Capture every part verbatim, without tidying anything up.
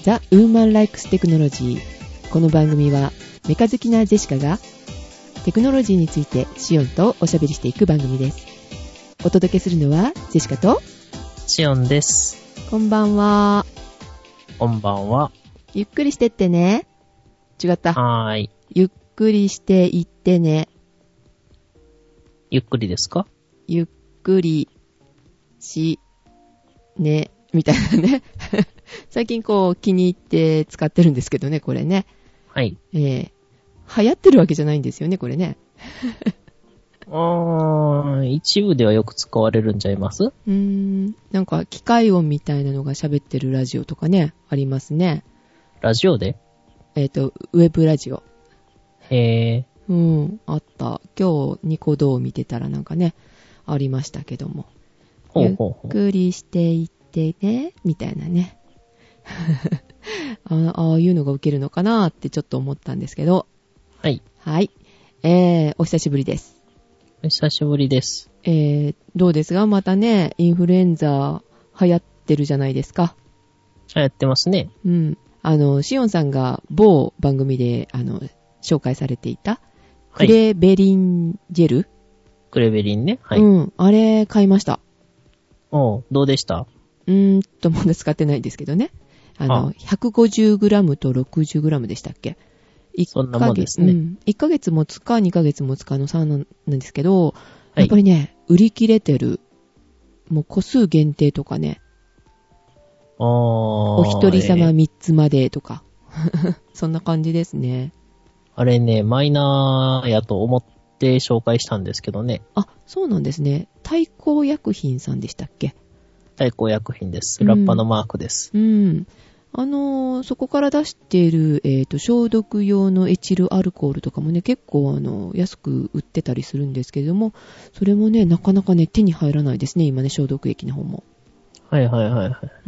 ザ・ウーマン・ライクス・テクノロジー。この番組はメカ好きなジェシカがテクノロジーについてシオンとおしゃべりしていく番組です。お届けするのはジェシカとシオンです。 こんばんは。 こんばんは。 ゆっくりしてってね。違った。 はーい。 ゆっくりしていってね。 ゆっくりですか？ ゆっくりしねみたいなね最近こう気に入って使ってるんですけどね、これね。 はい。 えー、流行ってるわけじゃないんですよね、これね。 あー、一部ではよく使われるんちゃいます？ うーん、なんか機械音みたいなのが喋ってるラジオとかね、ありますね。 ラジオで？ えっと、ウェブラジオ。 へー。 うん、あった。今日ニコ動を見てたらなんかね、ありましたけども。 ほうほうほう。 ゆっくりしていってね、みたいなね。あ, ああいうのが受けるのかなってちょっと思ったんですけど。 はい。 はい。えー、お久しぶりです。 お久しぶりです。 えー、どうですが、またね、インフルエンザ流行ってるじゃないですか。 流行ってますね。 うん。あの、シオンさんが某番組で、あの、紹介されていた、クレベリンジェル、はい、 クレベリンね。はい。 うん。あれ、買いました。 おう、どうでした？ うーんと、まだ使ってないですけどね。あの、あ ひゃくごじゅうグラム と ろくじゅうグラム でしたっけ？ そんなもんですね。うん。 いっかげつ持つかにかげつ持つかの差なんですけど、やっぱりね、売り切れてる。もう個数限定とかね。 あー。 お一人様みっつまでとか。そんな感じですね。 あれね、マイナーやと思って紹介したんですけどね。 あ、そうなんですね。大光薬品さんでしたっけ？ 大光薬品です。ラッパのマークです。 うん。うんあのー、そこから出している、えーと、消毒用のエチルアルコールとかもね、結構あの、安く売ってたりするんですけれども、それもね、なかなかね、手に入らないですね、今ね、消毒液の方も。 はいはいはいはい。 うん。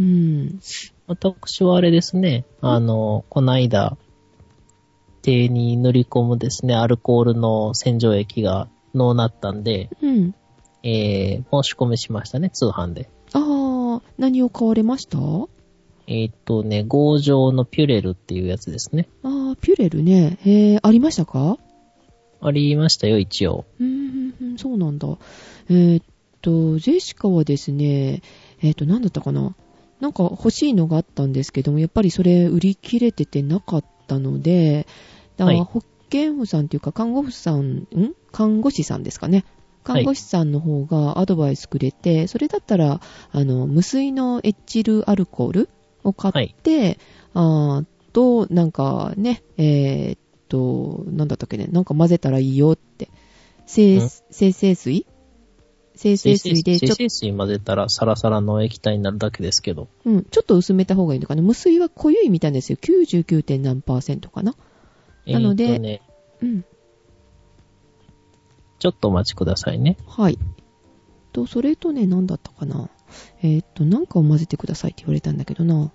私はあれですね、あの、こないだ、手に塗り込むですね、アルコールの洗浄液がのうなったんで、 うん。 えー、申し込みしましたね、通販で。 あー、何を買われました？ えー、っとね、ゴージョーのピュレルっていうやつですね。 あー、ピュレルね。えー、ありましたか？ ありましたよ、一応。 うーん、そうなんだ。えー、っと、ジェシカはですね、えー、っと、なんだったかな。なんか欲しいのがあったんですけども、やっぱりそれ売り切れててなかったので、だから保健婦さんっていうか看護婦さん、ん看護師さんですかね。看護師さんの方がアドバイスくれて、はい、それだったら、あの、無水のエチルアルコールを買って、はい、あーと、なんかね、えー、っと、なんだったっけね、なんか混ぜたらいいよって、生成水生成水でちょっと。 生成水混ぜたらサラサラの液体になるだけですけど。 うん、ちょっと薄めた方がいいのかな。無水は濃ゆいみたいですよ。きゅうじゅうきゅう. 点何パーセントかな。なので、 えー、っとね、 うん。 ちょっとお待ちくださいね。 はい。と、それとね、何だったかな。えー、っと、なんかを混ぜてくださいって言われたんだけどな。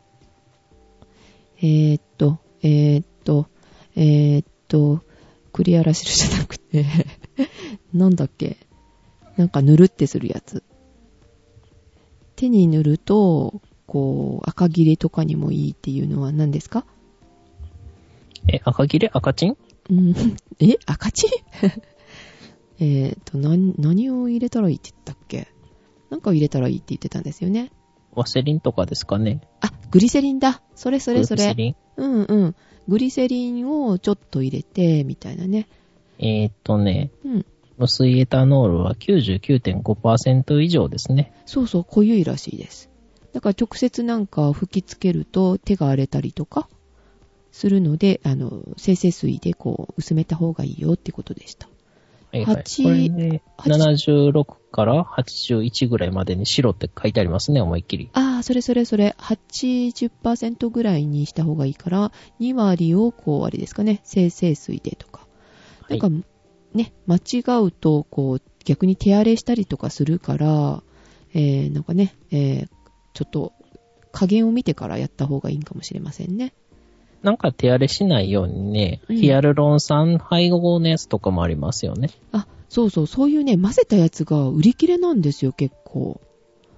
えー、っと、えー、っと、えー、っと、クリアラシルじゃなくて、なんだっけ。なんか塗るってするやつ。手に塗ると、こう、赤切れとかにもいいっていうのは何ですか？ え、赤切れ？赤チン？ うん、え赤チンえっと、何、何を入れたらいいって言ったっけ？なんか入れたらいいって言ってたんですよね。 ワセリンとかですかね。 あ、グリセリンだ。それそれそれ。 グリセリン？ うんうん。グリセリンをちょっと入れて、みたいなね。 えー、っとね、 うん。 無水エタノールは きゅうじゅうきゅうてんごパーセント 以上ですね。 そうそう、濃ゆいらしいです。だから直接なんか吹きつけると手が荒れたりとかするので、あの、生成水でこう薄めた方がいいよってことでした。 はいはい。これね、ななじゅうろくからはちじゅういちぐらいまでに白って書いてありますね、思いっきり。 ああ、それそれそれ、はちじゅっパーセント ぐらいにした方がいいから、に割をこう、あれですかね、生成水でとか。なんか、はい、ね、間違うと、こう、逆に手荒れしたりとかするから、えー、なんかね、えー、ちょっと、加減を見てからやった方がいいかもしれませんね。 なんか手荒れしないようにね、うん、ヒアルロン酸配合のやつとかもありますよね。 あ、そうそう、そういうね、混ぜたやつが売り切れなんですよ、結構。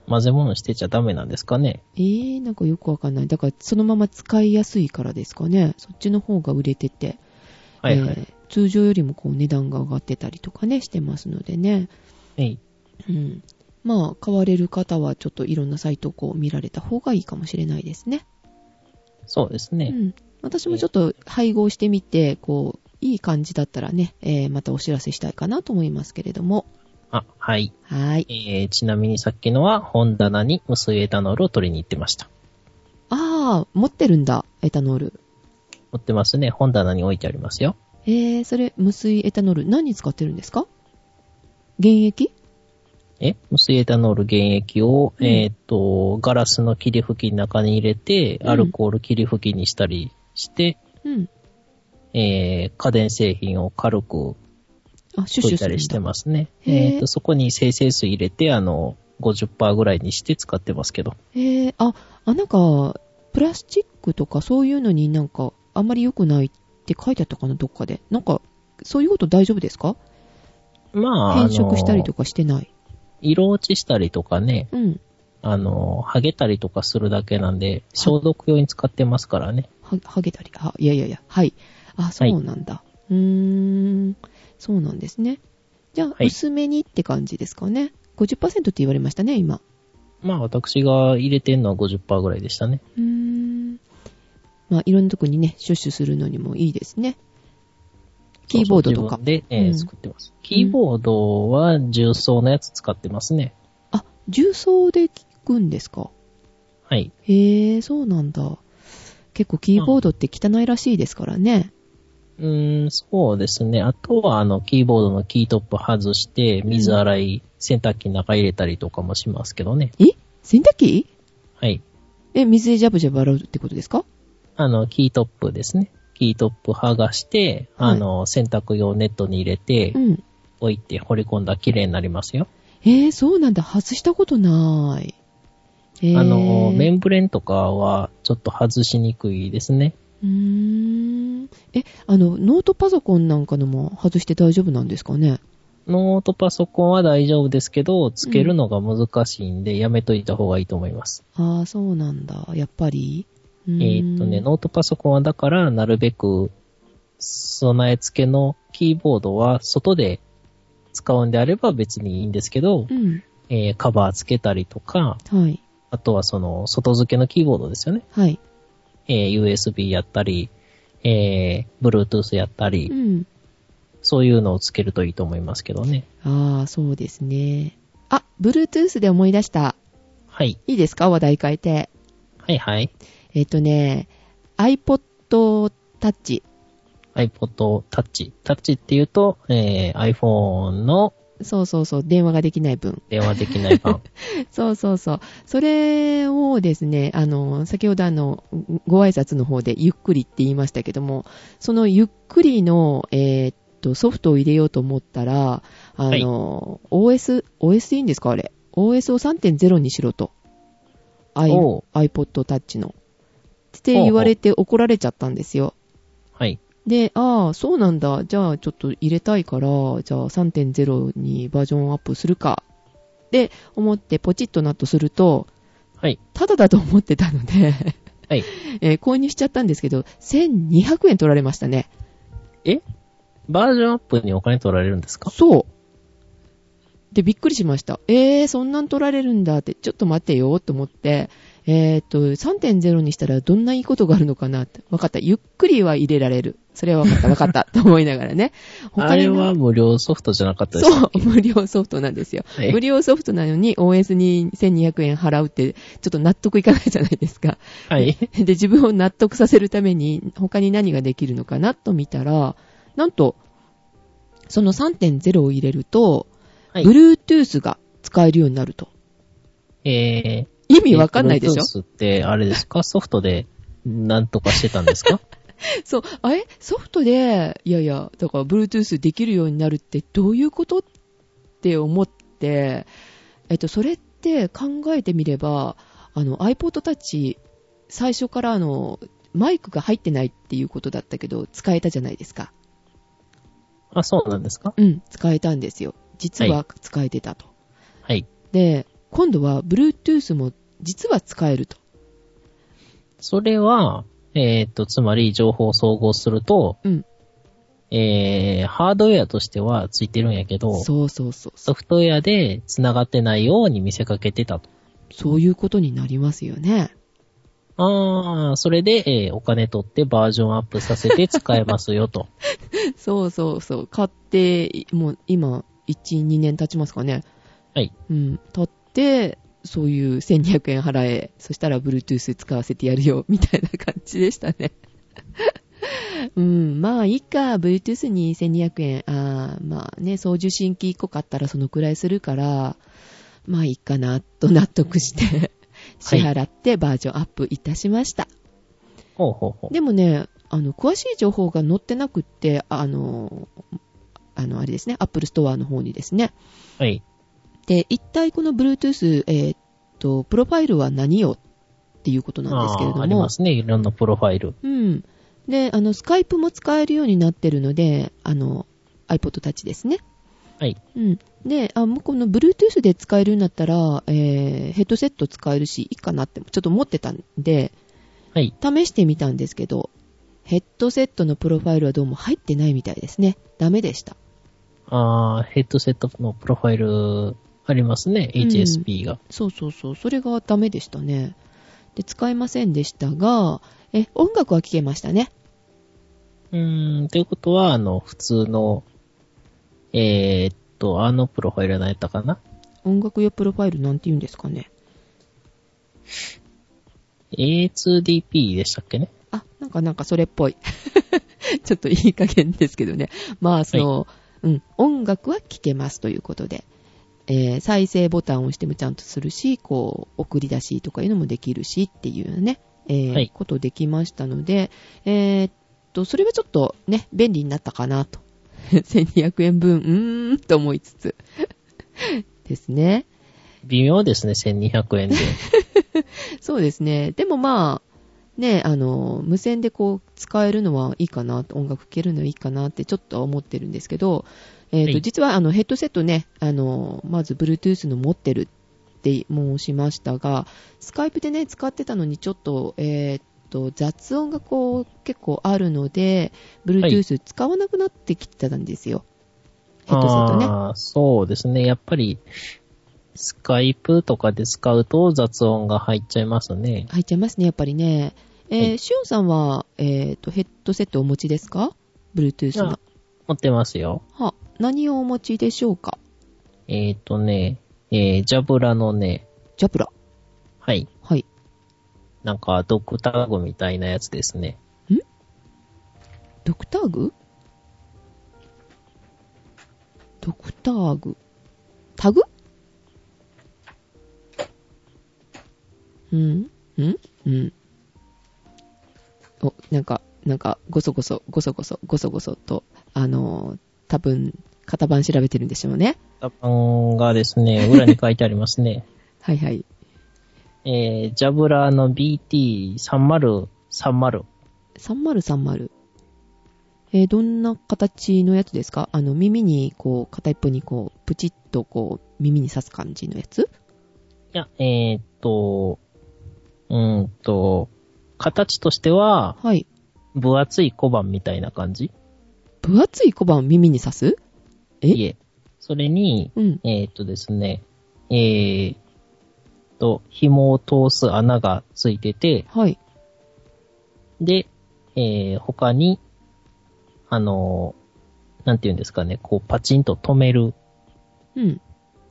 混ぜ物してちゃダメなんですかね。 えー、なんかよくわかんない。だからそのまま使いやすいからですかね。そっちの方が売れてて。 はいはい。 えー、通常よりもこう値段が上がってたりとかね、してますのでね。 はい。 うん。まあ、買われる方はちょっといろんなサイトをこう見られた方がいいかもしれないですね。 そうですね。 うん。私もちょっと配合してみて、こう、いい感じだったらね、えー、またお知らせしたいかなと思いますけれども。 あ、はい。 はい。 えー、ちなみにさっきのは本棚に無水エタノールを取りに行ってました。 あー、持ってるんだ、エタノール。 持ってますね。本棚に置いてありますよ。 えー、それ、無水エタノール、何に使ってるんですか？原液？ え無水エタノール原液を、 うん、 えっ、と、ガラスの霧吹きの中に入れて、 うん、 アルコール霧吹きにしたりして、 うん。 えー、家電製品を軽くあ、シュッシュするんだ。 溶いたりしてますね。 へー。 えっ、と、そこに精製水入れて、あの、ごじゅっパーセント ぐらいにして使ってますけど。 えー、あ、あ、なんか、プラスチックとかそういうのになんか、あんまり良くないって書いてあったかな、どっかで。なんか、そういうこと大丈夫ですか？ まあ、 変色したりとかしてない。 色落ちしたりとかね、 うん。 あの、剥げたりとかするだけなんで、消毒用に使ってますからね。 は、はげたり。あ、いやいやいや。はい。あ、そうなんだ。はい、うーん。そうなんですね。じゃあ、はい、薄めにって感じですかね。ごじゅっパーセント って言われましたね、今。 まあ、私が入れてんのは ごじゅっパーセント ぐらいでしたね。 うーん。まあ、いろんなとこにね、シュッシュするのにもいいですね。キーボードとか。 そうそう自分で、えーうん、作ってます。キーボードは重曹のやつ使ってますね。 あ、重曹で効くんですか？ はい。 へー、そうなんだ。結構キーボードって汚いらしいですからね。 うーん、そうですね。あとは、あの、キーボードのキートップ外して、水洗い、うん、洗濯機の中入れたりとかもしますけどね。 え？洗濯機？ はい。 え、水でジャブジャブ洗うってことですか？あの、キートップですね。キートップ剥がして、はい、あの、洗濯用ネットに入れて、うん、置いて掘り込んだら綺麗になりますよ。 えー、そうなんだ。外したことない。えー、 あの、メンブレンとかはちょっと外しにくいですね。 うーん。え、あの、ノートパソコンなんかのも外して大丈夫なんですかね？ ノートパソコンは大丈夫ですけど、つけるのが難しいんで、やめといた方がいいと思います。 うん、ああ、そうなんだ。やっぱりえーっとね、ノートパソコンはだから、なるべく、備え付けのキーボードは外で使うんであれば別にいいんですけど、うん、えー、カバーつけたりとか、はい、あとはその、外付けのキーボードですよね。はい。えー、ユーエスビー やったり、えー、Bluetooth やったり、うん、そういうのをつけるといいと思いますけどね。 ああ、そうですね。あ、Bluetooth で思い出した。 はい。 いいですか？話題変えて。 はいはい。 えっとね、iPod Touch。 iPod Touch。Touch って言うと、えー、iPhone の、 そうそうそう、電話ができない分。 電話できない版。 そうそうそう。それをですね、あの、先ほどあの、ご挨拶の方でゆっくりって言いましたけども、そのゆっくりの、えー、っと、ソフトを入れようと思ったら、あの、はい、オーエス、オーエス でいいんですかあれ。オーエス を さんてんゼロ にしろと。iPod Touch の。って言われて怒られちゃったんですよ。 はい。 で、ああ、そうなんだ。じゃあちょっと入れたいから、じゃあ さんてんゼロ にバージョンアップするか。で、思ってポチッとなっとすると、はい。ただだと思ってたので、はい。えー、購入しちゃったんですけど、せんにひゃくえん取られましたね。 え？バージョンアップにお金取られるんですか？ そう。で、びっくりしました。えー、そんなん取られるんだって、ちょっと待ってよと思って、えーっと、さんてんゼロ にしたらどんないいことがあるのかなって。わかった。ゆっくりは入れられる。それはわかった、わかった。と思いながらね。 他にあれは無料ソフトじゃなかったですか？ そう、無料ソフトなんですよ。はい、無料ソフトなのに オーエス にせんにひゃくえん払うって、ちょっと納得いかないじゃないですか。はい。で、自分を納得させるために他に何ができるのかなと見たら、なんと、その さんてんゼロ を入れると、はい、Bluetooth が使えるようになると。 えー、 意味わかんないでしょ？ Bluetooth ってあれですか？ソフトでなんとかしてたんですか？ そう、あれソフトで、いやいや、だから Bluetooth できるようになるってどういうことって思って、えっと、それって考えてみれば、あの iPod Touch 最初からあの、マイクが入ってないっていうことだったけど、使えたじゃないですか。 あ、そうなんですか？ うん、使えたんですよ。実は使えてたと。 はい。 で、 今度は Bluetooth も実は使えると。 それは、えっと、つまり情報を総合すると、 うん。 えー、ハードウェアとしてはついてるんやけど、 そうそうそう。 ソフトウェアで繋がってないように見せかけてたと。 そういうことになりますよね。 あー、それで、えー、お金取ってバージョンアップさせて使えますよと。 そうそうそう。買って、もう今、いち、にねん経ちますかね。 はい。 うん。経って、そういうせんにひゃくえん払え、そしたら Bluetooth 使わせてやるよ、みたいな感じでしたね。うん。まあ、いいか、Bluetooth にせんにひゃくえん。あー、まあね、送受信機いっこ買ったらそのくらいするから、まあいいかな、と納得して、支払ってバージョンアップいたしました。 ほうほうほう。 でもね、あの、詳しい情報が載ってなくって、あの、あの、あれですね、Apple Store の方にですね。 はい。 で、一体この Bluetooth、えー、っと、プロファイルは何よっていうことなんですけれども。 あ, ありますね、いろんなプロファイル。 うん。で、あの、スカイプも使えるようになってるので、あの、iPod Touch ですね。 はい。 うん。で、あ、もうこの Bluetooth で使えるようになったら、えー、ヘッドセット使えるし、いいかなってちょっと思ってたんで、 はい。 試してみたんですけど、ヘッドセットのプロファイルはどうも入ってないみたいですね。ダメでした。 あー、ヘッドセットのプロファイルありますね、うん、エイチエスピー が。 そうそうそう。それがダメでしたね。で、使えませんでしたが、え、音楽は聴けましたね。 うーん、ということは、あの、普通の、えー、っと、あのプロファイルは何やったかな？ 音楽用プロファイルなんて言うんですかね。 エーツーディーピー でしたっけね。 あ、なんかなんかそれっぽい。ちょっといい加減ですけどね。まあ、その、はい、うん、音楽は聴けますということで、えー、再生ボタンを押してもちゃんとするし、こう、送り出しとかいうのもできるしっていうね、えーはい、ことできましたので、えー、っと、それはちょっとね、便利になったかなと。せんにひゃくえんぶん、うーんと思いつつ。ですね。 微妙ですね、せんにひゃくえんで。 そうですね。でもまあ、ね、あの、無線でこう、使えるのはいいかな、音楽聴けるのはいいかなってちょっと思ってるんですけど、えっと、はい、実はあの、ヘッドセットね、あの、まず Bluetooth の持ってるって申しましたが、スカイプでね、使ってたのにちょっと、えー、っと、雑音がこう、結構あるので、Bluetooth 使わなくなってきてたんですよ。 はい、ヘッドセットね。ああ、そうですね。やっぱり、スカイプとかで使うと雑音が入っちゃいますね。 入っちゃいますね、やっぱりね。えー、はい、シオンさんは、えー、と、ヘッドセットお持ちですか？ Bluetooth の。 持ってますよ。 は、何をお持ちでしょうか？ えっ、ー、とね、えー、ジャブラのね。 ジャブラ。 はい。 はい。 なんか、ドクターグみたいなやつですね。 ん？ドクターグ？ドクターグ。タグ？うんんうんお、なんか、なんか、ごそごそ、ごそごそ、ごそごそと、あのー、多分、型番調べてるんでしょうね。 型番がですね、裏に書いてありますね。 はいはい。 えー、ジャブラの ビーティーさんまるさんまる。 さんまるさんまる。えー、どんな形のやつですか？あの、耳に、こう、片一方にこう、プチッとこう、耳に刺す感じのやつ？ いや、えー、っと、うーんと、形としては、 はい。 分厚い小判みたいな感じ？ 分厚い小判を耳に刺す？え？ いえ。それに、 うん、 えー、っとですね、えー、と、紐を通す穴がついてて、 はい。 で、えー、他に、あのー、なんていうんですかね、こうパチンと止める。 うん。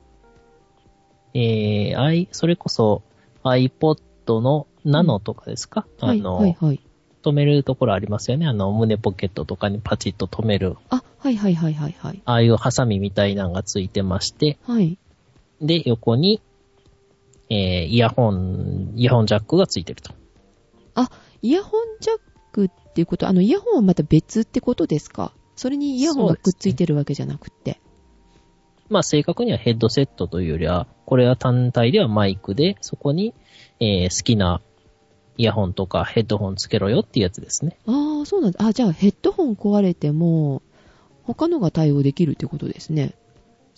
えー、I、それこそ iPod のナノとかですか？うん、あの、 はいはいはい。 止めるところありますよね。あの、胸ポケットとかにパチッと止める。 あ、はいはいはいはいはい。 ああいうハサミみたいなのがついてまして、 はい。 で、横に、えー、イヤホン、イヤホンジャックがついてると。 あ、イヤホンジャックっていうこと、あの、イヤホンはまた別ってことですか？それにイヤホンがくっついてるわけじゃなくて。 まあ正確にはヘッドセットというよりは、これは単体ではマイクで、そこに、えー、好きなイヤホンとかヘッドホンつけろよっていうやつですね。 ああ、そうなんだ。あ、じゃあヘッドホン壊れても、他のが対応できるってことですね。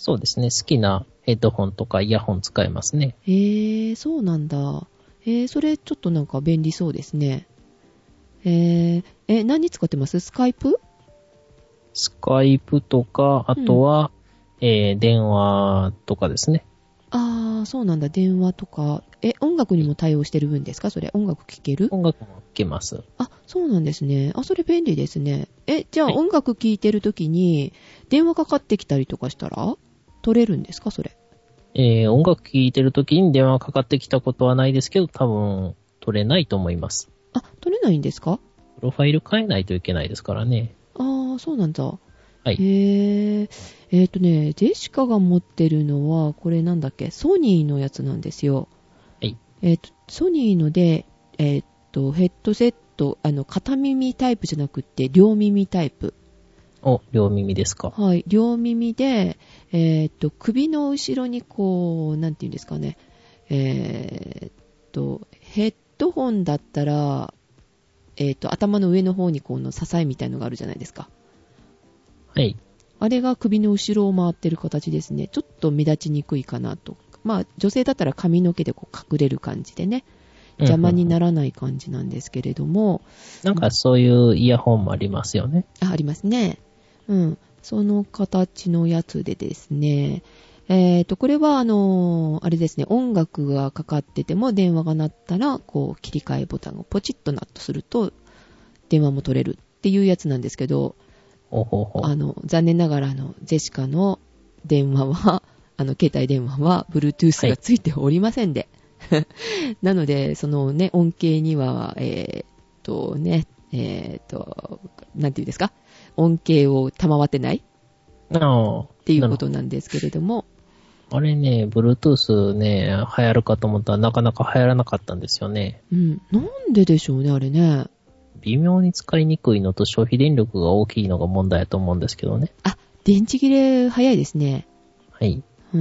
そうですね。好きなヘッドホンとかイヤホン使えますね。 へー、そうなんだ。えー、それちょっとなんか便利そうですね。えー、え、何使ってます？スカイプ？ スカイプとか、あとは、うん、えー、電話とかですね。 あー、そうなんだ。電話とか。え、音楽にも対応してるんですか？それ。音楽聴ける？ 音楽も聴けます。 あ、そうなんですね。あ、それ便利ですね。え、じゃあ音楽聴いてるときに、電話かかってきたりとかしたら取れるんですか？それ。 えー、音楽聴いてるときに電話かかってきたことはないですけど、多分、取れないと思います。 あ、取れないんですか？ プロファイル変えないといけないですからね。 あー、そうなんだ。 はい。 へー。えっとね、ジェシカが持ってるのは、これなんだっけ？ソニーのやつなんですよ。 はい。 えっと、ソニーので、えっと、ヘッドセット、あの、片耳タイプじゃなくって、両耳タイプ。 お、両耳ですか？ はい、両耳で、えっと、首の後ろにこう、なんていうんですかね。えっと、ヘッドホンだったら、えっと、頭の上の方にこの支えみたいのがあるじゃないですか。 はい。 あれが首の後ろを回ってる形ですね。ちょっと目立ちにくいかなと。まあ、女性だったら髪の毛でこう隠れる感じでね。邪魔にならない感じなんですけれども。 なんかそういうイヤホンもありますよね。 あ、ありますね。うん。その形のやつでですね。えっと、これはあのー、あれですね、音楽がかかってても電話が鳴ったら、こう、切り替えボタンをポチッとナットすると、電話も取れるっていうやつなんですけど、 ほうほうほう。 あの、残念ながら、あの、ジェシカの電話は、あの、携帯電話は、Bluetooth がついておりませんで。はい、なので、そのね、音形には、えー、っとね、えー、っと、なんていうんですか、音形を賜ってないっていうことなんですけれども。 あれね、Bluetooth ね、流行るかと思ったらなかなか流行らなかったんですよね。 うん。なんででしょうね、あれね。 微妙に使いにくいのと消費電力が大きいのが問題だと思うんですけどね。 あ、電池切れ早いですね。 はい。 うん。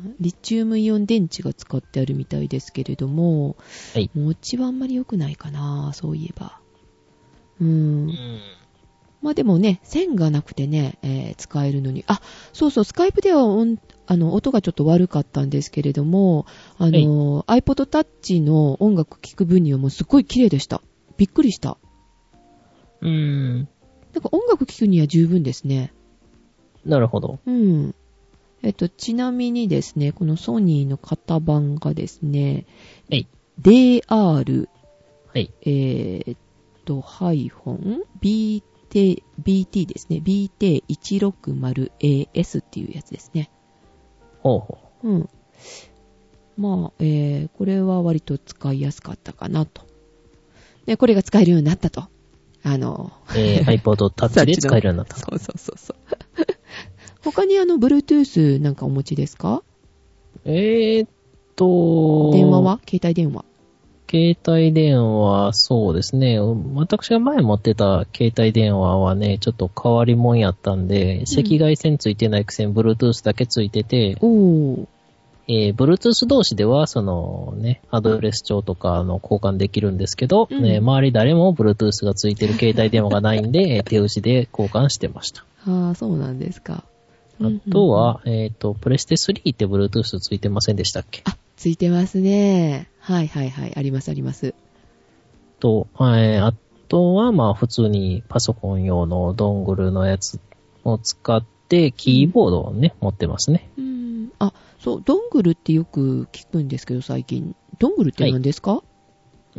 リチウムイオン電池が使ってあるみたいですけれども、 はい。 持ちはあんまり良くないかな、そういえば。うん。うんまあでもね、線がなくてね、えー、使えるのに。あ、そうそう、スカイプでは音、あの、音がちょっと悪かったんですけれども、あの、はい、iPod Touch の音楽聴く分にはもうすっごい綺麗でした。びっくりした。 うーん。 なんか音楽聴くには十分ですね。 なるほど。 うん。えっと、ちなみにですね、このソニーの型番がですね、 はい。 ディーアール、 はい。 えー、っと、ハイフォン、ビーティー、ビーティー ですね。ビーティーいちろくまるエーエス っていうやつですね。 ほうほう。うん。まあ、えー、これは割と使いやすかったかなと。で、これが使えるようになったと。あの、 えー、iPod Touch で使えるようになったと。 そうそうそうそう。他にあの、Bluetooth なんかお持ちですか？ えーっと、 電話は？携帯電話。 携帯電話、そうですね。私が前持ってた携帯電話はね、ちょっと変わりもんやったんで、うん、赤外線ついてないくせに Bluetooth だけついてて、 おー。 えー、Bluetooth 同士では、そのね、アドレス帳とかの交換できるんですけど、うんね、周り誰も Bluetooth がついてる携帯電話がないんで、手打ちで交換してました。 ああ、そうなんですか。 あとは、うんうんうん、えっ、ー、と、プレステスリーって Bluetooth ついてませんでしたっけ？ あ、ついてますね。はいはいはい。ありますあります。 と、えー、あとは、まあ、普通にパソコン用のドングルのやつを使って、キーボードをね、うん、持ってますね。 うん。あ、そう、ドングルってよく聞くんですけど、最近。ドングルって何ですか？はい、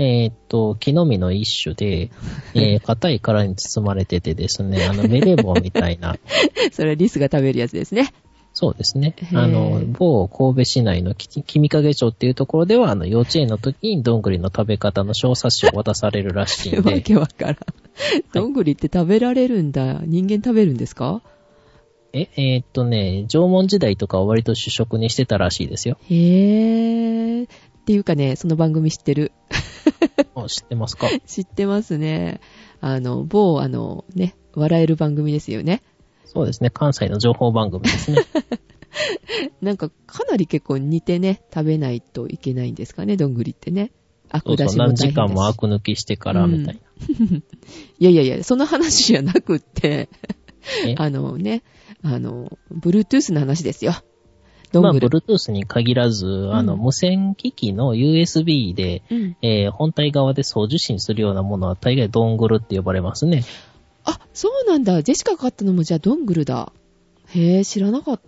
えー、っと、木の実の一種で、えー、硬い殻に包まれててですね、あの、メレボみたいな。 それはリスが食べるやつですね。 そうですね。あの、某神戸市内の君影町っていうところでは、あの、幼稚園の時にどんぐりの食べ方の小冊子を渡されるらしいんで。 わけわからん。どんぐりって食べられるんだ。はい、人間食べるんですか？ え、 えー、っとね、縄文時代とかは割と主食にしてたらしいですよ。 へー。っていうかね、その番組知ってる。 あ、知ってますか？ 知ってますね。あの、某、あの、ね、笑える番組ですよね。 そうですね。関西の情報番組ですね。 なんか、かなり結構似てね、食べないといけないんですかね、どんぐりってね。アク出しも大変だし。 そうそう、何時間もアク抜きしてから、みたいな。 うん、いやいやいや、その話じゃなくって、あのね、 あの、Bluetooth の話ですよ。ドングル。 まあ、Bluetooth に限らず、うん、あの、無線機器の ユーエスビー で、うん、えー、本体側で送受信するようなものは大概ドングルって呼ばれますね。 あ、そうなんだ。ジェシカが買ったのもじゃあドングルだ。へえ、知らなかった。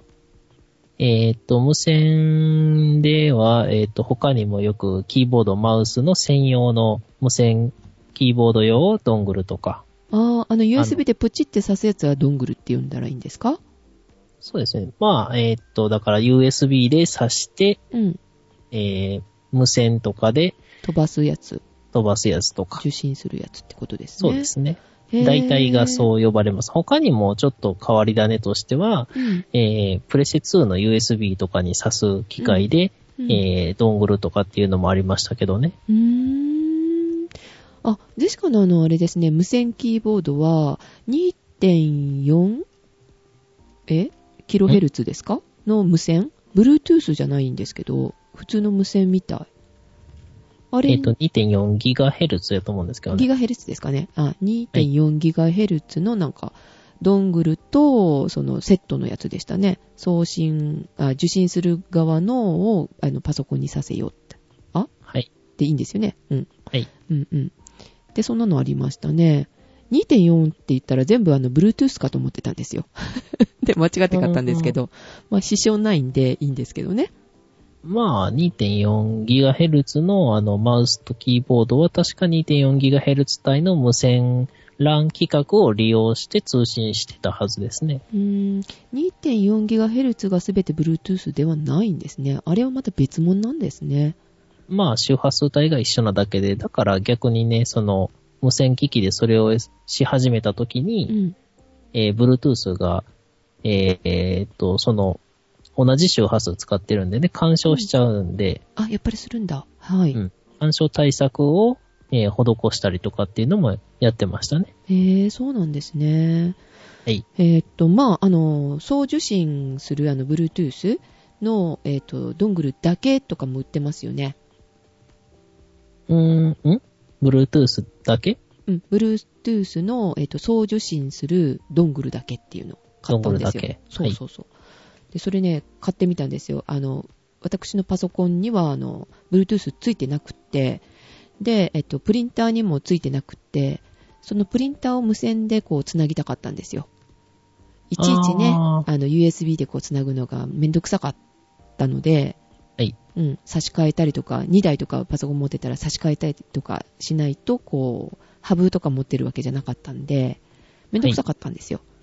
えっと、無線では、えっと、他にもよくキーボード、マウスの専用の無線キーボード用ドングルとか。 ああ、あの ユーエスビー でプチって挿すやつはドングルって呼んだらいいんですか？ そうですね。まあ、えー、っと、だから ユーエスビー で挿して、うん、えー、無線とかで飛ばすやつ。 飛ばすやつとか。 受信するやつってことですね。 そうですね。大体がそう呼ばれます。他にもちょっと変わり種としては、うん、えー、プレセツーの ユーエスビー とかに挿す機械で、うんうん、えー、ドングルとかっていうのもありましたけどね。 うーん。あ、ジェシカのあの、あれですね、無線キーボードは にてんよん えキロヘルツですかの無線 Bluetooth じゃないんですけど、普通の無線みたい。 あれえっ、ー、と、にてんよんギガヘルツ だと思うんですけどね。 ギガヘルツですかね。あ、にてんよんギガヘルツ のなんか、ドングルと、そのセットのやつでしたね。送信、あ、受信する側のを、あの、パソコンにさせようって。あはい。 でいいんですよね。うん。 はい。 うんうん。で、そんなのありましたね。にてんよん って言ったら全部あの、Bluetooth かと思ってたんですよ。で、間違って買ったんですけど、まあ、支障ないんでいいんですけどね。 まあ、にてんよんギガヘルツ のあの、マウスとキーボードは確か にてんよんギガヘルツ 帯の無線 ラン 規格を利用して通信してたはずですね。 うーん、にてんよんギガヘルツ がすべて Bluetooth ではないんですね。あれはまた別物なんですね。 まあ、周波数帯が一緒なだけで、だから逆にね、その、無線機器でそれをし始めたときに、うん、えー、Bluetooth が、えー、えー、っと、その、同じ周波数使ってるんでね、干渉しちゃうんで。 うん、あ、やっぱりするんだ。はい。うん。 干渉対策を、えー、施したりとかっていうのもやってましたね。 へえ、そうなんですね。 はい。 えー、っと、まあ、あの、送受信するあの、Bluetooth の、えー、っと、ドングルだけとかも売ってますよね。 うーん、んBluetooth だけ？ うん、Bluetooth の、えー、っと、送受信するドングルだけっていうのを買ったんですよ。 ドングルだけ。 そうそうそう。はい、で、それね、買ってみたんですよ。あの、私のパソコンには、あの、Bluetooth ついてなくって、で、えっと、プリンターにもついてなくって、そのプリンターを無線でこう、つなぎたかったんですよ。いちいちね、あ, あの、ユーエスビー でこう、つなぐのがめんどくさかったので、 はい。 うん、差し替えたりとか、にだいとかパソコン持ってたら差し替えたりとかしないと、こう、ハブとか持ってるわけじゃなかったんで、めんどくさかったんですよ。はい、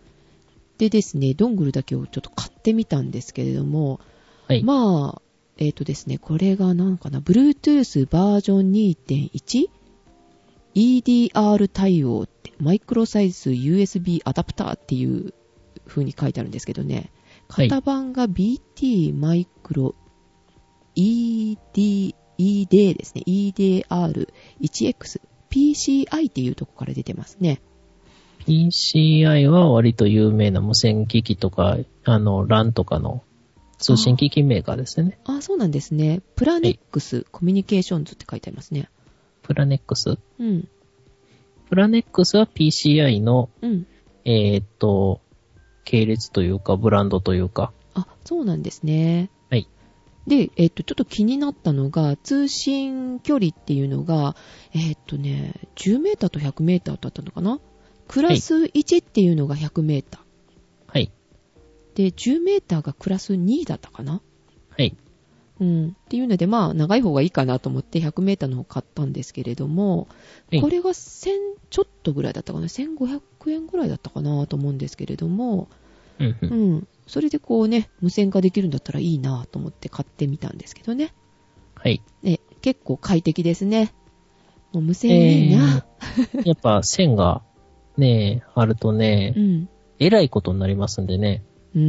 でですね、ドングルだけをちょっと買ってみたんですけれども、はい、まあ、えっとですね、これが何かな、Bluetooth バージョン にてんいち？ イーディーアール 対応って、マイクロサイズ ユーエスビー アダプターっていう風に書いてあるんですけどね、型番が ビーティー マイクロ イーディー、イーディー ですね。イーディーアールワンエックス。ピーシーアイ っていうとこから出てますね。 ピーシーアイ は割と有名な無線機器とか、あの、ラン とかの通信機器メーカーですね。 ああ、そうなんですね。プラネックス、はい、コミュニケーションズって書いてありますね。 プラネックス？ うん。 プラネックスは ピーシーアイ の、 うん、 えー、っと、系列というか、ブランドというか。 あ、そうなんですね。 はい。 で、えっと、ちょっと気になったのが、通信距離っていうのが、えっとね、じゅうメーターとひゃくメーターだったのかな？クラスいちっていうのがひゃくメーター。 はい。 で、じゅうメーターがクラスにだったかな？ はい。 うん。っていうので、まあ、長い方がいいかなと思ってひゃくメーターの方買ったんですけれども、はい、これがせんちょっとぐらいだったかな？せんごひゃくえんぐらいだったかなと思うんですけれども、 うん、うん。 うん。それでこうね、無線化できるんだったらいいなと思って買ってみたんですけどね。 はい。 ね、結構快適ですね。もう無線いいな。 えー、やっぱ線がね、あるとね、うん、えらいことになりますんでね。 うん。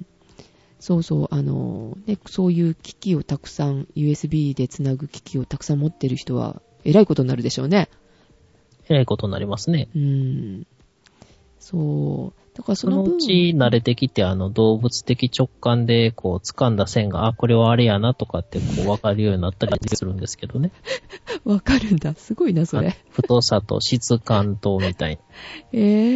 そうそう、あの、ね、そういう機器をたくさん、ユーエスビー でつなぐ機器をたくさん持ってる人は、えらいことになるでしょうね。 えらいことになりますね。 うん。そう。だからその分、そのうち慣れてきて、あの、動物的直感で、こう、掴んだ線が、あ、これはあれやなとかって、こう、わかるようになったりするんですけどね。 わかるんだ。すごいな、それ。 太さと質感と、みたいな。 えー、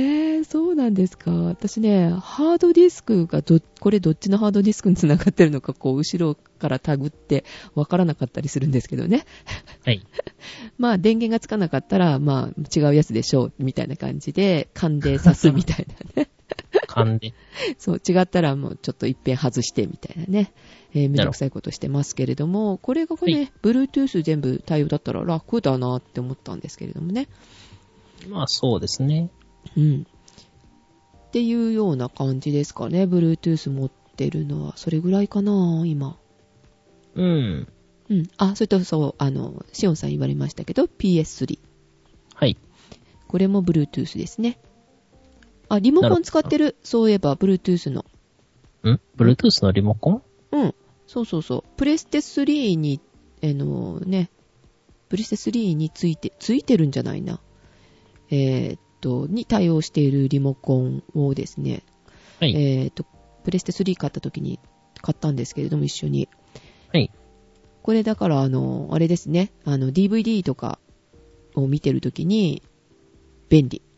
そうなんですか。私ね、ハードディスクがど、これどっちのハードディスクにつながってるのか、こう、後ろからタグってわからなかったりするんですけどね。 はい。 まあ、電源がつかなかったら、まあ、違うやつでしょう、みたいな感じで、勘で刺すみたいなね。 勘で。 そう、違ったらもうちょっと一遍外して、みたいなね。えー、めんどくさいことしてますけれども、これがね、はい、Bluetooth 全部対応だったら楽だなって思ったんですけれどもね。 まあ、そうですね。 うん。っていうような感じですかね。Bluetooth 持ってるのは。それぐらいかな、今。 うん。 うん。あ、それとそう、あの、シオンさん言われましたけど、ピーエススリー。 はい。 これも Bluetooth ですね。あ、リモコン使ってる。そういえば、Bluetooth の。 ん ?Bluetooth のリモコン？ うん。そうそうそう。プレステスリーに、あのね、プレステスリーについて、ついてるんじゃないな。えー、っと、に対応しているリモコンをですね、 はい。 えー、っと、プレステスリー買った時に買ったんですけれども、一緒に。 はい。これだから、あの、あれですね、あの、ディーブイディー とかを見てる時に、便利。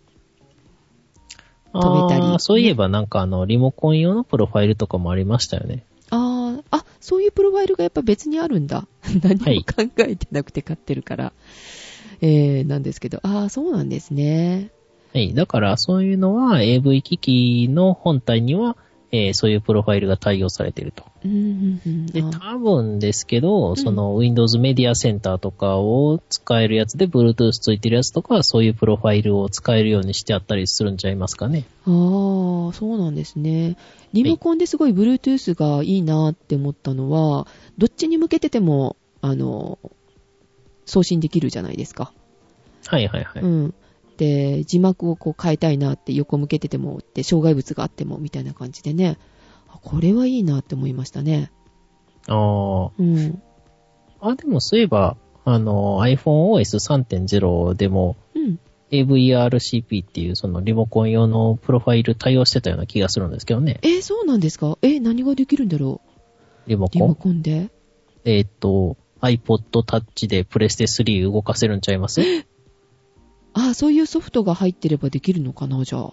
止めたり、ね。あ、そういえばなんかあの、リモコン用のプロファイルとかもありましたよね。 ああ、あ、そういうプロファイルがやっぱ別にあるんだ。何も考えてなくて買ってるから。はい、えー、なんですけど、ああ、そうなんですね。 はい。だからそういうのは エーブイ 機器の本体には、えー、そういうプロファイルが対応されていると。 うんうんうん、 で、多分ですけど、その Windows メディアセンターとかを使えるやつで Bluetooth ついてるやつとかはそういうプロファイルを使えるようにしてあったりするんちゃいますかね。 ああ、そうなんですね。リモコンですごい Bluetooth がいいなって思ったのは、どっちに向けてても、あの、送信できるじゃないですか。 はいはいはい。 うん。で、字幕をこう変えたいなって横向けてても、で、障害物があってもみたいな感じでね、これはいいなって思いましたね。 ああ。うん。あ、でもそういえば、あの、iPhoneOS さんてんゼロ でも、うん、エーブイアールシーピー っていうそのリモコン用のプロファイル対応してたような気がするんですけどね。 えー、そうなんですか？えー、何ができるんだろう？リモコン？ リモコンで？ えー、っと、iPod Touch でプレステスリー動かせるんちゃいます？ あ、そういうソフトが入ってればできるのかな、じゃあ。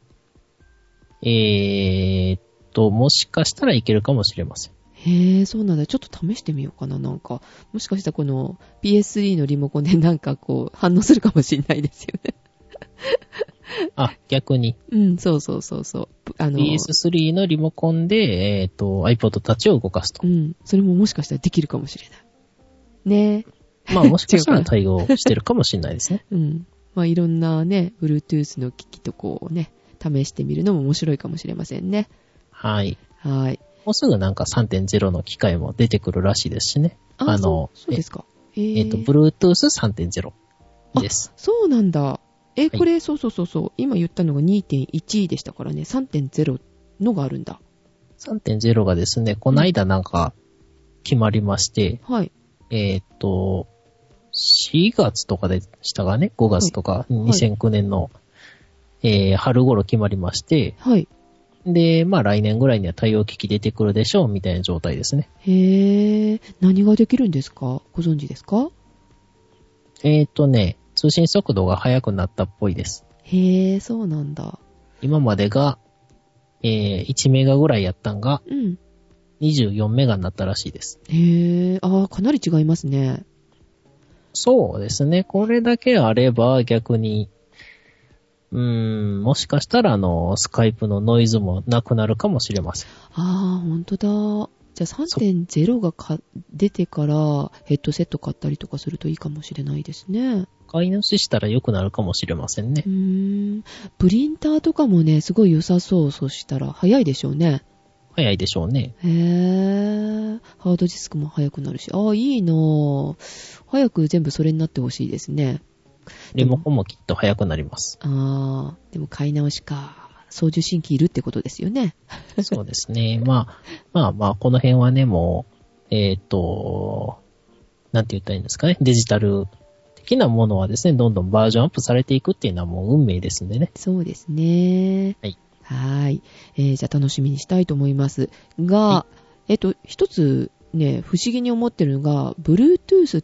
えーっと、もしかしたらいけるかもしれません。 へえ、そうなんだ。ちょっと試してみようかな、なんか。もしかしたらこの ピーエススリー のリモコンでなんかこう反応するかもしれないですよね。 あ、逆に。 うん、そうそうそうそう。 あの ピーエススリー のリモコンで、えーっと、iPod Touch を動かすと。 うん。それももしかしたらできるかもしれない。ねえ。まあもしかしたら対応してるかもしれないですね。 うん。まあいろんなね、Bluetooth の機器とこうね、試してみるのも面白いかもしれませんね。 はい。 はい。 もうすぐなんか さんてんゼロ の機械も出てくるらしいですしね。 あ, あの、そう、そうですか。 えっ、ー、と、Bluetooth さんてんゼロ です。 そうなんだ。え、これ、はい、そうそうそうそう。今言ったのが にてんいち でしたからね。さんてんゼロ のがあるんだ。 さんてんゼロ がですね、この間なんか決まりまして、 うん、はい。 えっ、ー、と、しがつとかでしたかね、ごがつとか、はい、にせんきゅうねんの、えー、春頃決まりまして、 はい。 で、まあ来年ぐらいには対応機器出てくるでしょうみたいな状態ですね。 へー。何ができるんですか？ご存知ですか？ えっ、ー、とね、通信速度が速くなったっぽいです。 へー、そうなんだ。 今までが、えー、いちメガぐらいやったんが、うん、にじゅうよんメガになったらしいです。 へー、あー、かなり違いますね。 そうですね。これだけあれば逆に、うーん、もしかしたらあの、スカイプのノイズもなくなるかもしれません。 あー、ほんとだ。じゃあ さんてんゼロ がか出てからヘッドセット買ったりとかするといいかもしれないですね。 買い主したら良くなるかもしれませんね。 うーん。プリンターとかもね、すごい良さそう。そしたら早いでしょうね。 早いでしょうね。 へー。ハードディスクも早くなるし。あー、いいなぁ。早く全部それになってほしいですね。 リモコンもきっと早くなります。 あー、でも買い直しか。送受信機いるってことですよね。 そうですね。まあ、まあまあ、この辺はね、もう、えっと、なんて言ったらいいんですかね。デジタル的なものはですね、どんどんバージョンアップされていくっていうのはもう運命ですんでね。 そうですね。 はい。 はい。えー、じゃあ楽しみにしたいと思います。が、はい、えっと、一つね、不思議に思ってるのが、Bluetooth って、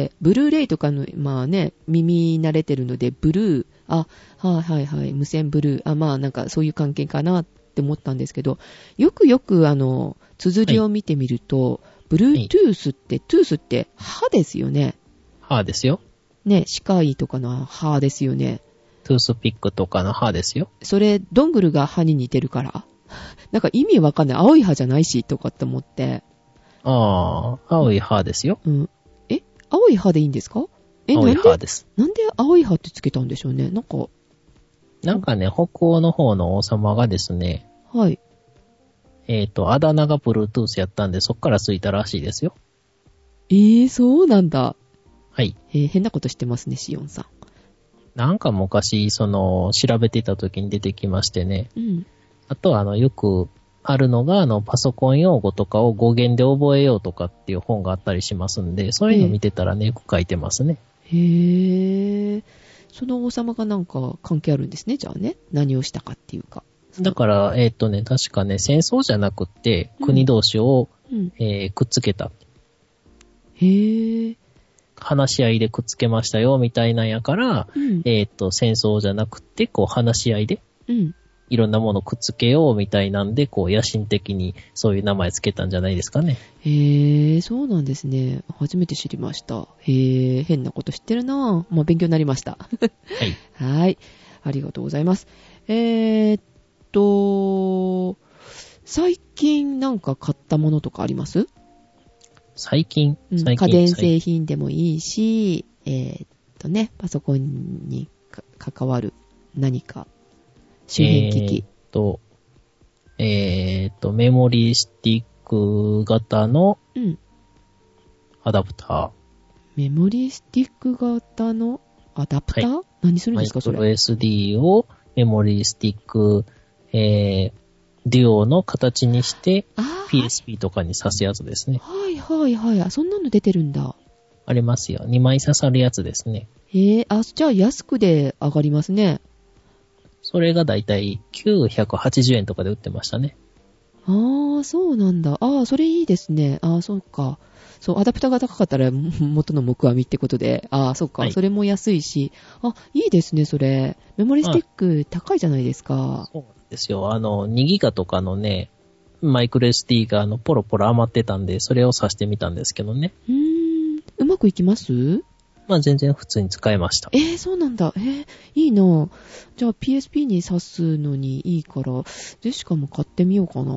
ブルーレイとかの、まあね、耳慣れてるので、ブルー、あ、はいはいはい、無線ブルー、あ、まあなんかそういう関係かなって思ったんですけど、よくよくあの、綴りを見てみると、はい、Bluetooth って、トゥースって歯ですよね。 歯ですよ。 ね、歯科医とかの歯ですよね。 トゥースピックとかの歯ですよ。 それ、ドングルが歯に似てるから。なんか意味わかんない。青い歯じゃないし、とかって思って。 ああ、青い歯ですよ。 うん。え青い歯でいいんですか？え、 青い歯です。 なんで、なんで青い歯ってつけたんでしょうね。なんか。 なんかね、北欧の方の王様がですね。 はい。 えっと、あだ名が Bluetooth やったんで、そっからついたらしいですよ。 えー、そうなんだ。 はい。 えー、変なことしてますね、シオンさん。 なんか昔、その、調べてた時に出てきましてね。 うん。 あとは、あの、よくあるのが、あの、パソコン用語とかを語源で覚えようとかっていう本があったりしますんで、そういうの見てたらね、よく書いてますね。 へー。その王様がなんか関係あるんですね、じゃあね。何をしたかっていうか。 だから、えっとね、確かね、戦争じゃなくって、国同士を、うんうんえー、くっつけた。 へー。 話し合いでくっつけましたよ、みたいなんやから、うん、えっと、戦争じゃなくて、こう、話し合いで、うん、いろんなものをくっつけよう、みたいなんで、こう、野心的にそういう名前つけたんじゃないですかね。 へー、そうなんですね。初めて知りました。へー、変なこと知ってるなぁ。まあ、勉強になりました。はい。はい。ありがとうございます。えーっと、最近なんか買ったものとかあります？ 最近、 うん、 最近家電製品でもいいし、えー、っとね、パソコンに関わる何か、周辺機器。 えー、っと、えー、っと、メモリースティック型のアダプター。うん、 メモリースティック型のアダプター、はい、何するんですか、それ。 マイクロ エスディー をメモリースティック、えー、デュオの形にして ピーエスピー とかに挿すやつですね。 はいはいはい。あ、そんなの出てるんだ。 ありますよ。にまい刺さるやつですね。 へえ、あ、じゃあ安くで上がりますね。 それがだいたいきゅうひゃくはちじゅうえんとかで売ってましたね。 ああ、そうなんだ。ああ、それいいですね。ああ、そうか。そう、アダプターが高かったら元の木阿弥ってことで。ああ、そうか、はい。それも安いし。あ、いいですね、それ。メモリスティック高いじゃないですか。 そうなんですよ。あの、にギガとかのね、マイクロ エスディー があの、ポロポロ余ってたんで、それを挿してみたんですけどね。 うーん、うまくいきます？ まあ全然普通に使えました。 えー、そうなんだ。えー、いいな。じゃあ ピーエスピー に挿すのにいいから、ジェシカも買ってみようかな。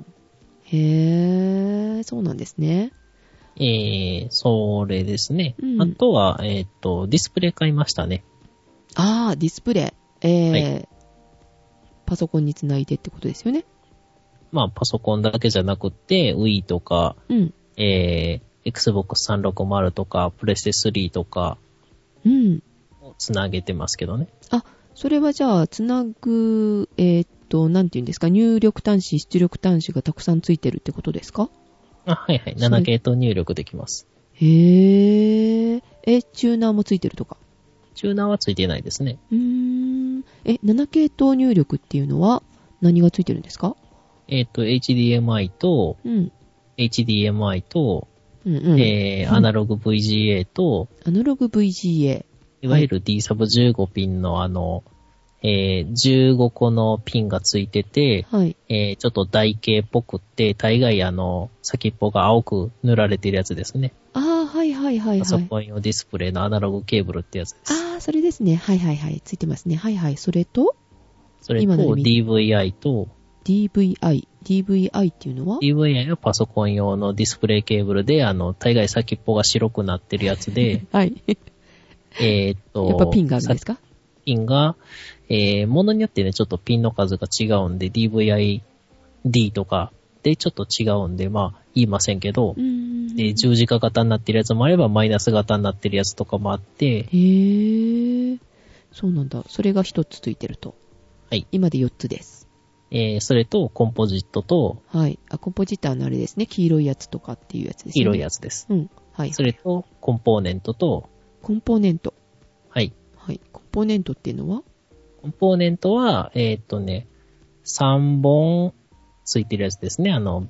へー、そうなんですね。 えー、それですね。うん、あとは、えっと、ディスプレイ買いましたね。 あー、ディスプレイ。えー、はい、パソコンにつないでってことですよね。 まあ、パソコンだけじゃなくって、Wii とか、うん、えー、エックスボックスさんびゃくろくじゅう とか、プレステスリーとか、うん。をつなげてますけどね。 あ、それはじゃあ、つなぐ、えー、っと、なんていうんですか、入力端子、出力端子がたくさんついてるってことですか？ あ、はいはい。なな系統入力できます。 へー。え、チューナーもついてるとか？ チューナーはついてないですね。 うーん。え、なな系統入力っていうのは何がついてるんですか？ えっと、エイチディーエムアイ と、うん、エイチディーエムアイ と、うんうん、えー、アナログ ブイジーエー と、 アナログ ブイジーエー。 いわゆる D サブじゅうごピンのあの、えー、じゅうごこのピンがついてて、はい、えー、ちょっと台形っぽくって、大概あの、先っぽが青く塗られてるやつですね。 ああ、はいはいはいはい。 パソコン用ディスプレイのアナログケーブルってやつです。 ああ、それですね。はいはいはい。ついてますね。はいはい。それとそれと ディーブイアイ と、 ディーブイアイ。ディーブイアイ っていうのはディーブイアイ はパソコン用のディスプレイケーブルで、あの、大概先っぽが白くなってるやつで、 はい。 えーっと、 やっぱピンがあるんですか？ ピンが、えー、ものによってね、ちょっとピンの数が違うんで、ディーブイアイディー とかでちょっと違うんで、まあ、言いませんけど、で、十字架型になってるやつもあれば、マイナス型になってるやつとかもあって、 へー。そうなんだ。それが一つついてると。 はい。 今で四つです。 えー、それと、コンポジットと、 はい。あ、コンポジットのあれですね。黄色いやつとかっていうやつですね。 黄色いやつです。 うん。はい。 それと、コンポーネントと、 コンポーネント。 はい。 はい。コンポーネントっていうのは？ コンポーネントは、えー、っとね、さんぼんついてるやつですね。あの、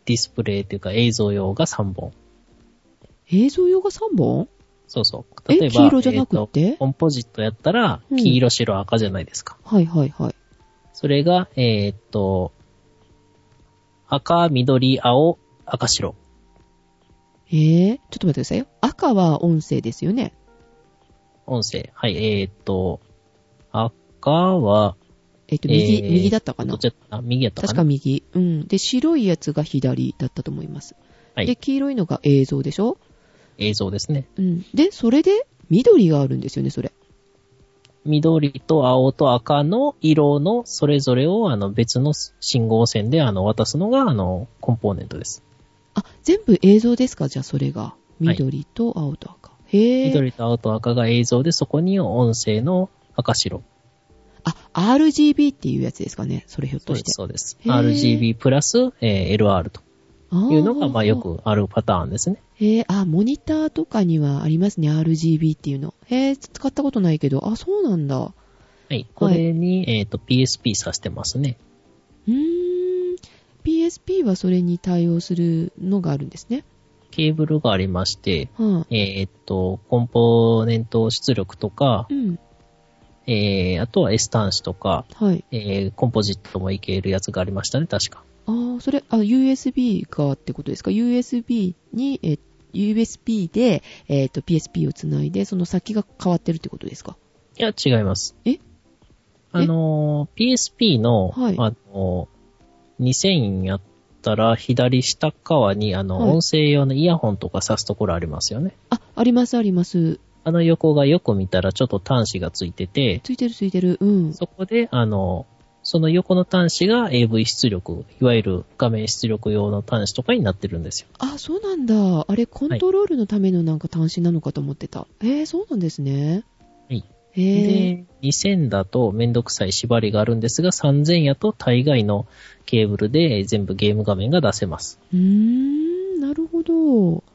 ディスプレイというか映像用がさんぼん。 映像用がさんぼん？ そうそう。例えば、 え、黄色じゃなくて、 えー、コンポジットやったら、黄色、白、赤じゃないですか。 うん。はいはいはい。 それが、えー、っと、赤、緑、青、赤、白。 えー、ちょっと待ってくださいよ。赤は音声ですよね。 音声。はい、えー、っと、赤は、 えっと、右、えー、右だったかな。 どっちだったかな？右やったかな。 確か右。うん。で、白いやつが左だったと思います。はい。で、黄色いのが映像でしょ？ 映像ですね。 うん。で、それで、緑があるんですよね、それ。 緑と青と赤の色のそれぞれをあの別の信号線であの渡すのがあのコンポーネントです。 あ、全部映像ですか？じゃあそれが。緑と青と赤。はい、へー。 緑と青と赤が映像で、そこに音声の赤白。 あ、アールジービー っていうやつですかね。それひょっとして。 そうです、そうです。アールジービー プラス、えー、エルアール というのがまあよくあるパターンですね。 へー、あ、モニターとかにはありますね。アールジービー っていうの。へー、使ったことないけど。あ、そうなんだ。はい。これに、はい、えっと、ピーエスピー させてますね。 うーん。ピーエスピー はそれに対応するのがあるんですね。 ケーブルがありまして、はあ、えー、っと、コンポーネント出力とか、うん、えー、あとは S 端子とか、はい、えー、コンポジットもいけるやつがありましたね、確か。 ああ、それ、あ、ユーエスビー がってことですか？ ユーエスビー に、え、ユーエスビー で、えっと、ピーエスピー をつないで、その先が変わってるってことですか？ いや、違います。 えあの、ピーエスピー の、はい、あの、にせんやったら左下側に、あの、はい、音声用のイヤホンとか挿すところありますよね。 あ、あります、あります。 あの横がよく見たらちょっと端子がついてて、 ついてるついてる、うん。 そこで、あの、その横の端子が エーブイ 出力、いわゆる画面出力用の端子とかになってるんですよ。 あ、そうなんだ。あれ、コントロールのためのなんか端子なのかと思ってた。へ、はい、えー、そうなんですね。 はい。へー。で、にせんだとめんどくさい縛りがあるんですが、さんぜんやと大概のケーブルで全部ゲーム画面が出せます。 うーん、なるほど。はい、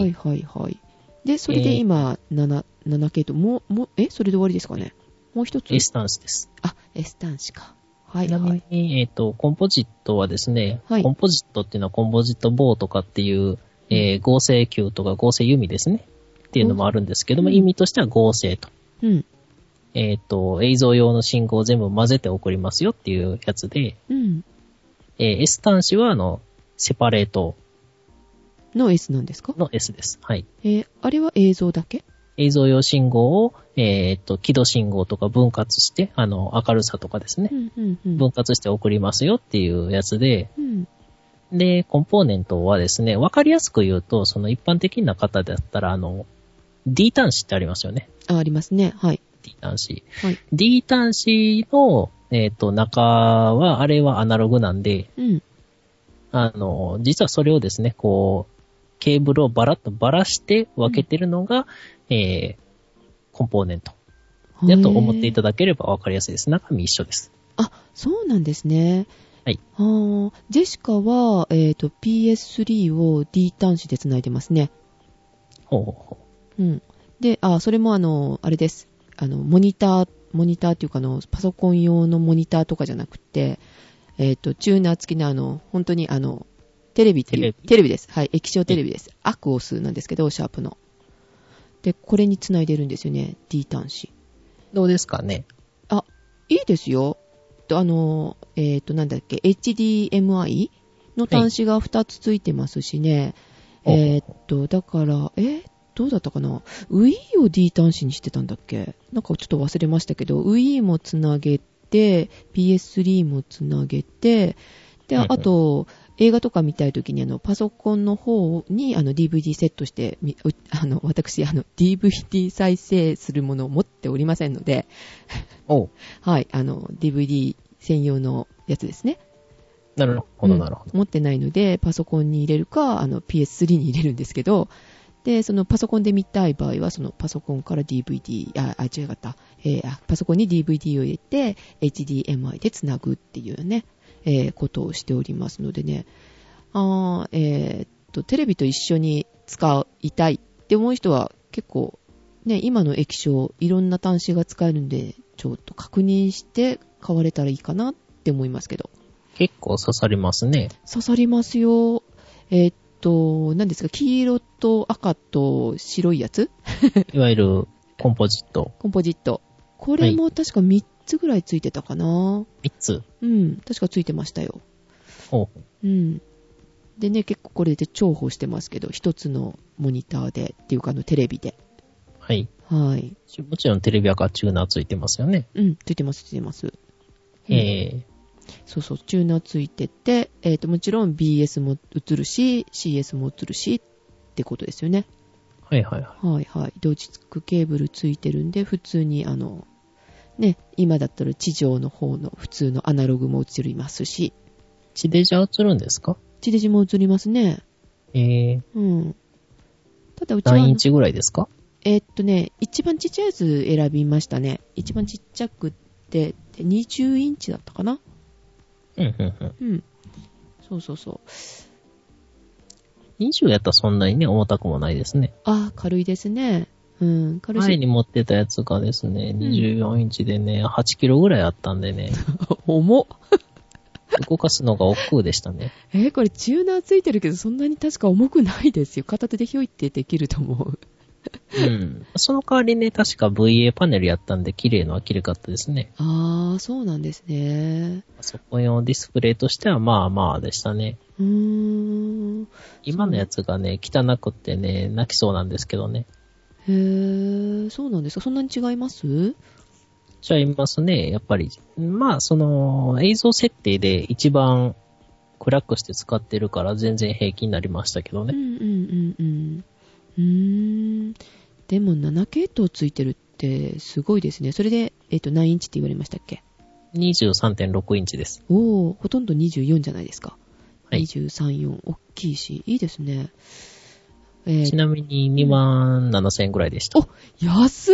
はいはいはい。で、それで今、えー、なな、なな系と、もう、もう、え、それで終わりですかね。もう一つ。 S 端子です。 あ、S 端子か。はい、 はい。ちなみに、えっと、コンポジットはですね、はい、コンポジットっていうのはコンポジット棒とかっていう、えー、合成球とか合成弓ですね。っていうのもあるんですけども、うん、意味としては合成と。うん。えっと、映像用の信号を全部混ぜて送りますよっていうやつで、うん。えー、S 端子は、あの、セパレート。 の S なんですか？ の S です。はい。 えー、あれは映像だけ？ 映像用信号を、えー、っと、輝度信号とか分割して、あの、明るさとかですね、うんうんうん。分割して送りますよっていうやつで、うん、で、コンポーネントはですね、わかりやすく言うと、その一般的な方だったら、あの、D 端子ってありますよね。 あ、ありますね。はい。 D 端子。はい。D 端子の、えー、っと、中は、あれはアナログなんで、うん。あの、実はそれをですね、こう、ケーブルをバラッとバラして分けてるのが、うん、えー、コンポーネント。だと思っていただければ分かりやすいです。中身一緒です。 あ、そうなんですね。はい。あジェシカは、えっと、ピーエススリー を D 端子で繋いでますね。 ほうほうほう。うん。で、あ、それもあの、あれです。あの、モニター、モニターっていうかあの、パソコン用のモニターとかじゃなくて、えっと、チューナー付きのあの、本当にあの、テレビっていう、テレビ、テレビです。はい。液晶テレビです。アクオスなんですけど、シャープの。で、これに繋いでるんですよね。D 端子。 どうですかね？ あ、いいですよ。あの、えっと、なんだっけ、エイチディーエムアイ の端子がふたつついてますしね。はい、えっと、だから、えどうだったかな？ Wii を D 端子にしてたんだっけ？なんかちょっと忘れましたけど、Wii もつなげて、ピーエススリー もつなげて、で、あと、映画とか見たいときにあの、パソコンの方にあの ディーブイディー セットして、あの、私、あの、ディーブイディー 再生するものを持っておりませんので、おはい、あの、ディーブイディー 専用のやつですね。 なるほど、なるほど、 うん。持ってないので、パソコンに入れるか、あの、ピーエススリー に入れるんですけど、で、そのパソコンで見たい場合は、そのパソコンから ディーブイディー、あ、あ、違った、えー、あ、パソコンに ディーブイディー を入れて、エイチディーエムアイ でつなぐっていうね、えー、ことをしておりますのでね、あえー、っと、テレビと一緒に使いたいって思う人は結構、ね、今の液晶、いろんな端子が使えるんで、ちょっと確認して買われたらいいかなって思いますけど。 結構刺さりますね。 刺さりますよ。えー、っと、何ですか、黄色と赤と白いやついわゆるコンポジット。 コンポジット。これも確かみっつぐらいついてたかな。 みっつ？ うん、確かついてましたよ。 おうん。でね、結構これで重宝してますけど、一つのモニターで、っていうかあのテレビで。 はい。 はい。 もちろんテレビ赤チューナーついてますよね。 うん、ついてます、ついてます。 へえ、うん。 そうそう、チューナーついてて、えっと、もちろん ビーエス も映るし、シーエス も映るし、ってことですよね。 はいはいはい。 はいはい。同時ケーブルついてるんで、普通にあの、ね、今だったら地上の方の普通のアナログも映りますし。 地デジは映るんですか？ 地デジも映りますね。 えー。 うん。ただうちは。 何インチぐらいですか？ えー、っとね、一番ちっちゃいやつ選びましたね。一番ちっちゃくって、にじゅうインチだったかな？ うん、うん、うん。 うん。そうそうそう。 にじゅうやったらそんなにね、重たくもないですね。 あ、軽いですね。うん、軽いし。 前に持ってたやつがですね、にじゅうよんインチでね、はちキロぐらいあったんでね。 重っ。 動かすのが億劫でしたね。 えー、これチューナーついてるけど、そんなに確か重くないですよ。片手でひょいってできると思う。 うん。その代わりね、確か ブイエー パネルやったんで、綺麗のは綺麗かったですね。 あー、そうなんですね。 パソコン用ディスプレイとしては、まあまあでしたね。 うーん。 今のやつがね、汚くってね、泣きそうなんですけどね。 へー、そうなんですか。そんなに違います？ ちゃいますね、やっぱり。まあ、その、映像設定で一番暗くして使ってるから全然平気になりましたけどね。 うんうんうんうん。うーん。でもなな系統ついてるってすごいですね。それで、えっと、何インチって言われましたっけ？ にじゅうさんてんろく インチです。 おー、ほとんどにじゅうよんじゃないですか。 はい。 にじゅうさん、よん。大きいし、いいですね。えー、 ちなみににまんななせんえんぐらいでした。 お、安っ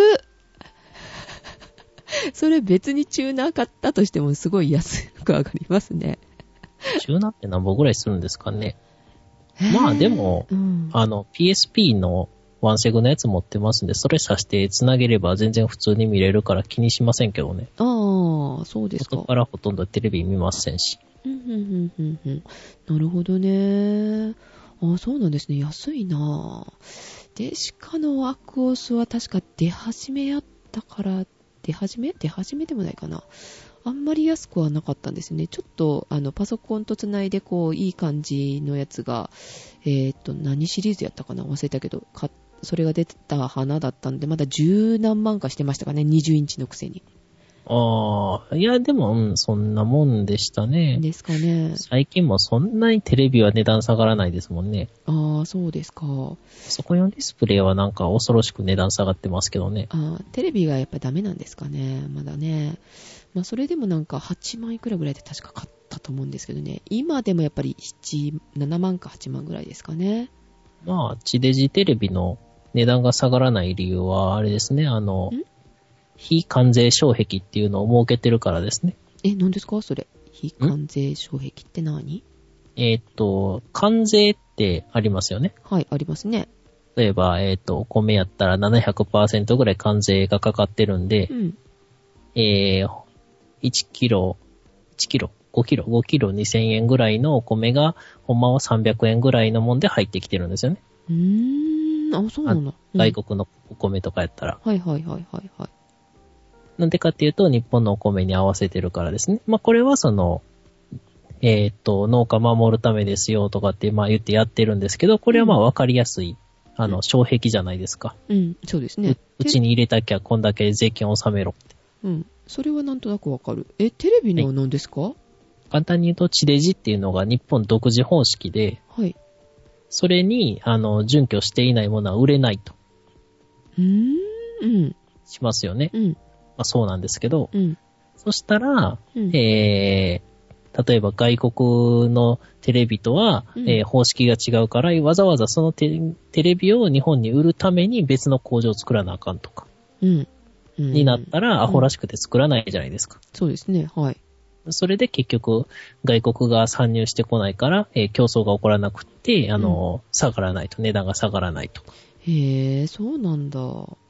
それ別にチューナー買ったとしてもすごい安く上がりますね。 チューナーって何本ぐらいするんですかね。まあでも、 うん、 あの、ピーエスピー のワンセグのやつ持ってますんで、それ挿して繋げれば全然普通に見れるから気にしませんけどね。 ああ、そうですか。 外からほとんどテレビ見ませんし。 うん、うん、うん、うん、うん。なるほどね。ああ、そうなんですね。安いなぁ。デシカのアクオスは確か出始めやったから、出始め出始めでもないかな。あんまり安くはなかったんですね。ちょっと、あの、パソコンとつないで、こう、いい感じのやつが、えーっと、何シリーズやったかな忘れたけど、か、それが出てた花だったんで、まだ十何万かしてましたかね。にじゅうインチのくせに。 ああ、いやでも、うん、そんなもんでしたね。 ですかね。 最近もそんなにテレビは値段下がらないですもんね。 ああ、そうですか。 そこ用ディスプレイはなんか恐ろしく値段下がってますけどね。 ああ、テレビがやっぱダメなんですかね。まだね。まあ、それでもなんかはちまんいくらぐらいで確か買ったと思うんですけどね。今でもやっぱりなな、ななまんかはちまんぐらいですかね。 まあ、地デジテレビの値段が下がらない理由は、あれですね、あの、非関税障壁っていうのを設けてるからですね。 え、何ですかそれ。非関税障壁って何？ えーっと、関税ってありますよね。 はい、ありますね。 例えば、えーっと、お米やったらななひゃくパーセントぐらい関税がかかってるんで、 うん。 えー、いちキロ、いちキロ、ごキロ、ごキロにせんえんぐらいのお米が、ほんまはさんびゃくえんぐらいのもんで入ってきてるんですよね。 うーん、あ、そうなんだ。 外国のお米とかやったら。 はいはいはいはいはい。 なんでかっていうと、日本のお米に合わせてるからですね。まあ、これはその、えーっと、農家守るためですよとかって、まあ言ってやってるんですけど、これはまあわかりやすい、あの、障壁じゃないですか。 うん、そうですね。 う、うちに入れたきゃこんだけ税金を納めろって。 うん。それはなんとなくわかる。え、テレビの何ですか？はい、 簡単に言うと、地デジっていうのが日本独自方式で、 はい。 それに、あの、準拠していないものは売れないと。 うーん、うん。 しますよね。 うん。 まあそうなんですけど、 うん。 そしたら、 うん、 えー、例えば外国のテレビとは、うん、えー、方式が違うから、わざわざそのテ、テレビを日本に売るために別の工場を作らなあかんとか。 うん。うん、 になったら、アホらしくて作らないじゃないですか。 うん、そうですね。はい。 それで結局、外国が参入してこないから、えー、競争が起こらなくって、あの、うん、下がらないと、値段が下がらないと。 へえ、そうなんだ。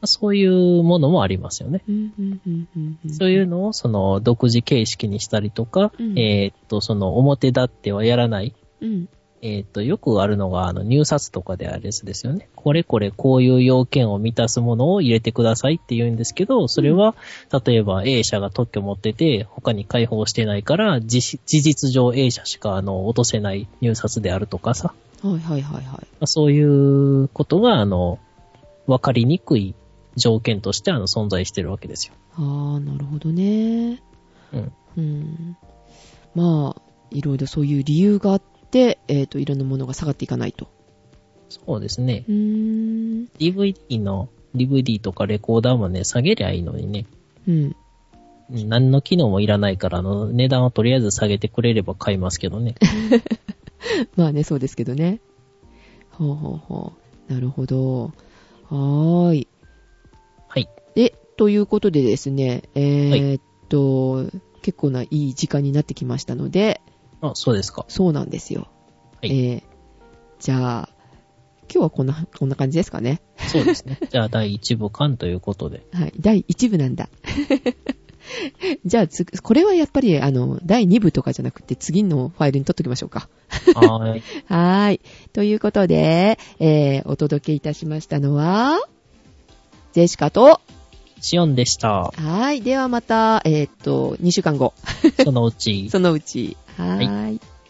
そういうものもありますよね。そういうのをその独自形式にしたりとか、うん、えー、っと、その表立ってはやらない。うん、えー、っと、よくあるのが、あの、入札とかであれですよね。これこれこういう要件を満たすものを入れてくださいって言うんですけど、それは、うん、例えば A 社が特許持ってて、他に開放してないから、事実上 A 社しか、あの、落とせない入札であるとかさ。 はいはいはいはい。 そういうことが、あの、わかりにくい条件としてあの存在してるわけですよ。 ああ、なるほどね。うん。うん。まあ、いろいろそういう理由があって、えっと、いろんなものが下がっていかないと。 そうですね。うーん。ディーブイディー の、ディーブイディー とかレコーダーもね、下げりゃいいのにね。うん。何の機能もいらないから、あの、値段をとりあえず下げてくれれば買いますけどね。 まあね、そうですけどね。ほうほうほう。なるほど。はーい。 はい。 で、ということでですね、えー、っと、はい、結構ないい時間になってきましたので。 あ、そうですか。 そうなんですよ。はい。えー、じゃあ、今日はこんな、こんな感じですかね。 そうですね。じゃあ、第一部間ということで。 はい。第一部なんだ。じゃあつ、これはやっぱり、あの、だいに部とかじゃなくて、次のファイルに取っときましょうか。 はい。 はい。ということで、えー、お届けいたしましたのは、ジェシカと、 シオンでした。 はい。ではまた、えー、っと、にしゅうかんご。 そのうち。 そのうち。はーい。はい